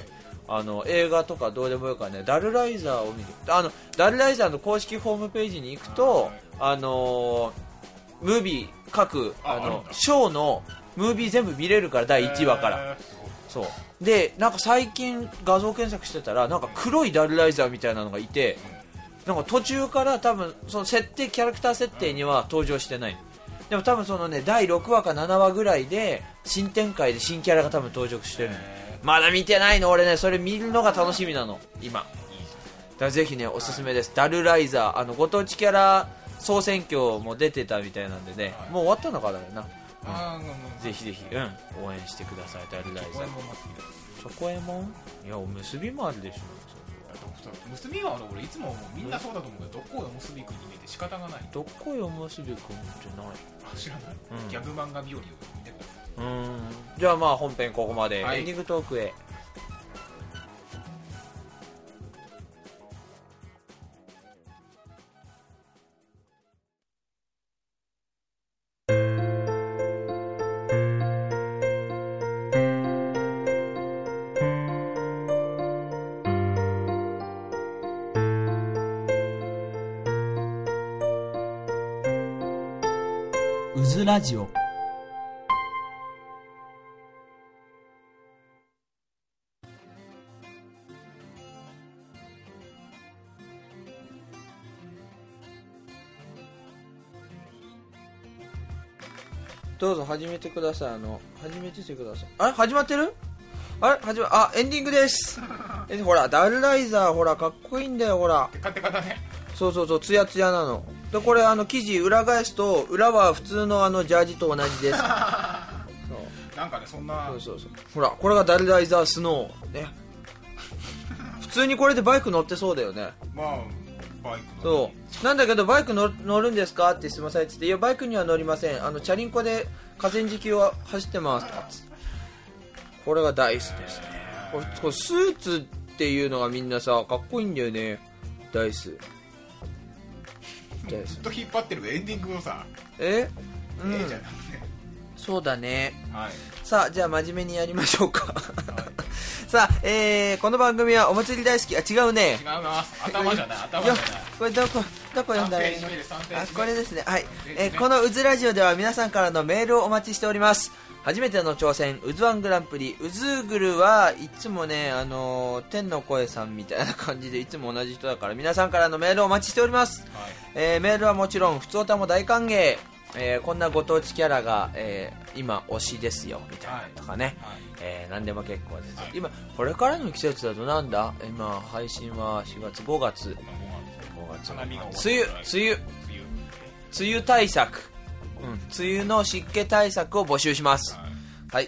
映画とかどうでもよくはね、ダルライザーを見る。ダルライザーの公式ホームページに行くと、ムービー各ショーのムービー全部見れるから、第1話から。そうで、なんか最近画像検索してたら、なんか黒いダルライザーみたいなのがいて、なんか途中から多分そのキャラクター設定には登場してない。でも多分そのね、第6話か7話ぐらいで新展開で新キャラが多分登場してるの。まだ見てないの俺ね。それ見るのが楽しみなの今。だからぜひね、おすすめです。ダルライザー、ご当地キャラ総選挙も出てたみたいなんでね、もう終わったのかだよな。ぜひぜひ、応援してください。ダルライザー。チョコエモン、いやおむすびもあるでしょ。 結びは俺いつもみんなそうだと思うけど、どっこいおむすびくんに見えて仕方がない。 どっこいおむすびくんってない。 知らない、ギャグ漫画日和を見てた。 じゃあまあ本編ここまで、エンディングトークへ。 うずラジオ。 どうぞ始めてください。始めてください。あれ始まってる？あれエンディングです。ほらダルライザー、ほらかっこいいんだよ。ほらテカテカだね。 そうツヤツヤなので、これ生地裏返すと裏は普通のジャージと同じです。そうなんかね、そんな。 そうほらこれがダルライザースノーね。普通にこれでバイク乗ってそうだよね。 まあバイクそうなんだけど、バイク乗るんですかってすみませんって言って、いやバイクには乗りません、チャリンコで河川敷を走ってますとかって。これがダイスですね。これスーツっていうのがみんなさかっこいいんだよね。ダイスずっと引っ張ってるエンディングをさ、じゃなくて。 そうだね、 はい、 さあじゃあ真面目にやりましょうか。はい、さあ、この番組はお祭り大好き、違うね、 違うな、頭じゃないこれどこ読んだらいいの？これですね。はい、このうずラジオでは皆さんからのメールをお待ちしております。初めての挑戦、うずワングランプリ。うずぐるはいつもね、天の声さんみたいな感じでいつも同じ人だから、皆さんからのメールをお待ちしております。はい、メールはもちろん、ふつおたも大歓迎。こんなご当地キャラが、今推しですよみたいなとかね、何でも結構です、今これからの季節だとなんだ、今配信は4月5月梅雨対策、梅雨の湿気対策を募集します。はい、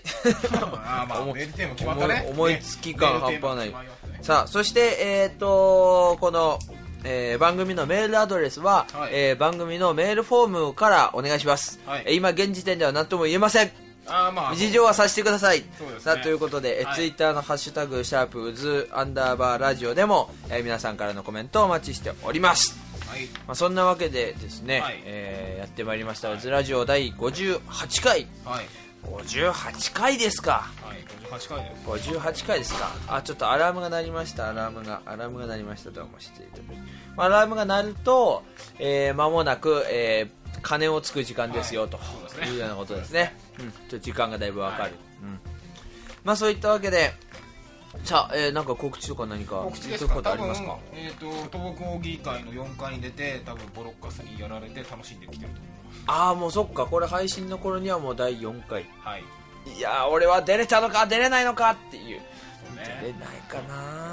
思いつき感半端ない。さあそしてこの番組のメールアドレスは、番組のメールフォームからお願いします。今現時点では何とも言えません。事情はさせてください。さあということで、ツイッターのハッシュタグシャープうず_ラジオでも、皆さんからのコメントをお待ちしております。そんなわけでですね、やってまいりましたうずラジオ第58回、58回ですか。58回ですか。ちょっとアラームが鳴りました。アラームが鳴りました。どうも失礼いたしました。アラームが鳴ると、間もなく、鐘をつく時間ですよというようなことですね。ちょっと時間がだいぶわかる。まあそういったわけで、さあ、なんか告知とか何か言うことありますか？東北大喜利会の4回に出て、多分ボロッカスにやられて楽しんできてると思います。 もうそっか、これ配信の頃にはもう第4回。いやー、俺は出れたのか出れないのかっていう。出れないか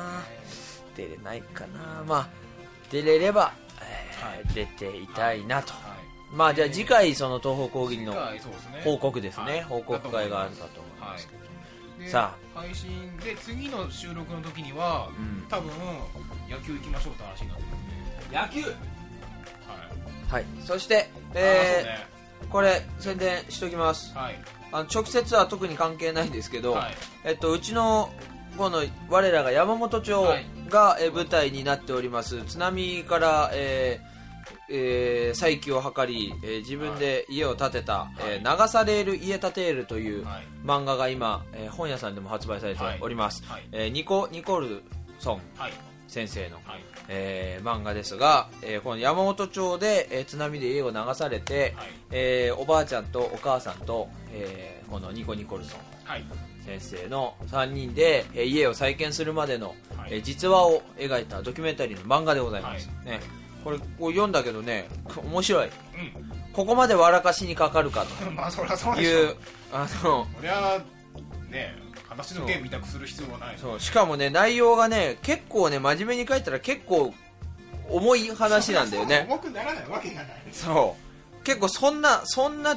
な。まあ出れれば、出ていたいなと。まあじゃあ次回その東北大喜利の報告ですね。報告会があるかと思いますけど。さあ配信で次の収録の時には、多分野球行きましょうって話になってるんで。野球。 はい。そして、これ宣伝しときます。直接は特に関係ないんですけど、うちのこの我らが山本町が、舞台になっております津波から、 再起を図り、自分で家を建てた、流される家建てるという漫画が今、本屋さんでも発売されております、ニコルソン先生の、漫画ですが、この山本町で、津波で家を流されて、おばあちゃんとお母さんと、このニコルソン先生の3人で、家を再建するまでの、実話を描いたドキュメンタリーの漫画でございます、ね、これ読んだけどね面白い、ここまで笑かしにかかるかとまあそりゃそうでしょ。そりゃね話のゲームみたくする必要はない。 そうしかもね内容がね結構ね真面目に書いたら結構重い話なんだよね。 重くならないわけがない。 そう結構そんな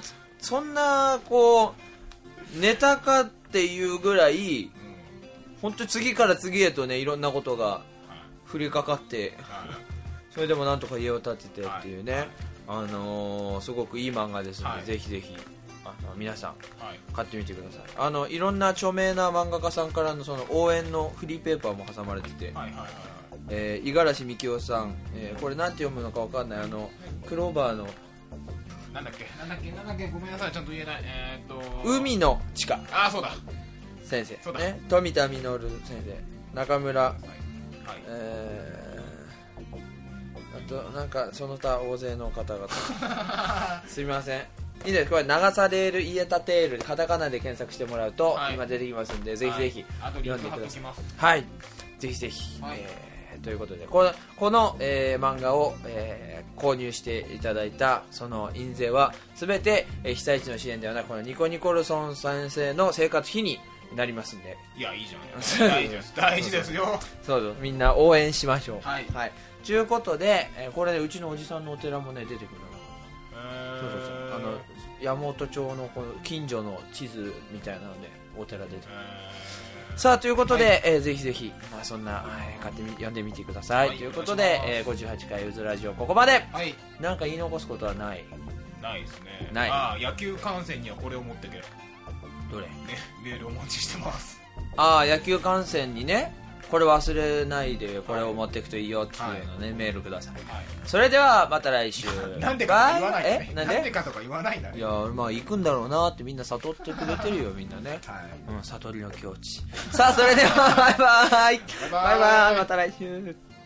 こうネタかっていうぐらい、本当に次から次へとねいろんなことが降りかかって、それでもなんとか家を建ててっていうね、すごくいい漫画ですので、ぜひぜひ皆さん買ってみてください。いろんな著名な漫画家さんからのその応援のフリーペーパーも挟まれてて、五十嵐美樹夫さん、これなんて読むのかわかんない、クローバーのなんだっけごめんなさいちゃんと言えない。 海の地下そうだ先生ね、富田実先生、中村、あとなんかその他大勢の方々すみません。いいです、これ流される家建てるカタカナで検索してもらうと、今出てきますんで、ぜひぜひ読んでください。はい、ぜひぜひ、ということでこの、漫画を、購入していただいたその印税は全て、被災地の支援ではなくこのニコルソン先生の生活費になりますんで。 いやいいじゃん大事ですよ。 そうみんな応援しましょう。はいということで、これねうちのおじさんのお寺もね出てくるの。山本町のこの近所の地図みたいなのでお寺出てくる。さあということで、ぜひぜひ、そんな、買って読んでみてください、ということで、58回うずラジオここまで、なんか言い残すことはないですね。野球観戦にはこれを持ってけ。 どれ、 メールをお待ちしてます。 野球観戦にねこれ忘れないでこれを持っていくといいよっていうのね、メールください。それではまた来週。 なんでかとか言わない。なんでかとか言わないんだね。 いやまあ行くんだろうなってみんな悟ってくれてるよみんなね。悟りの境地。さあそれではバイバイまた来週。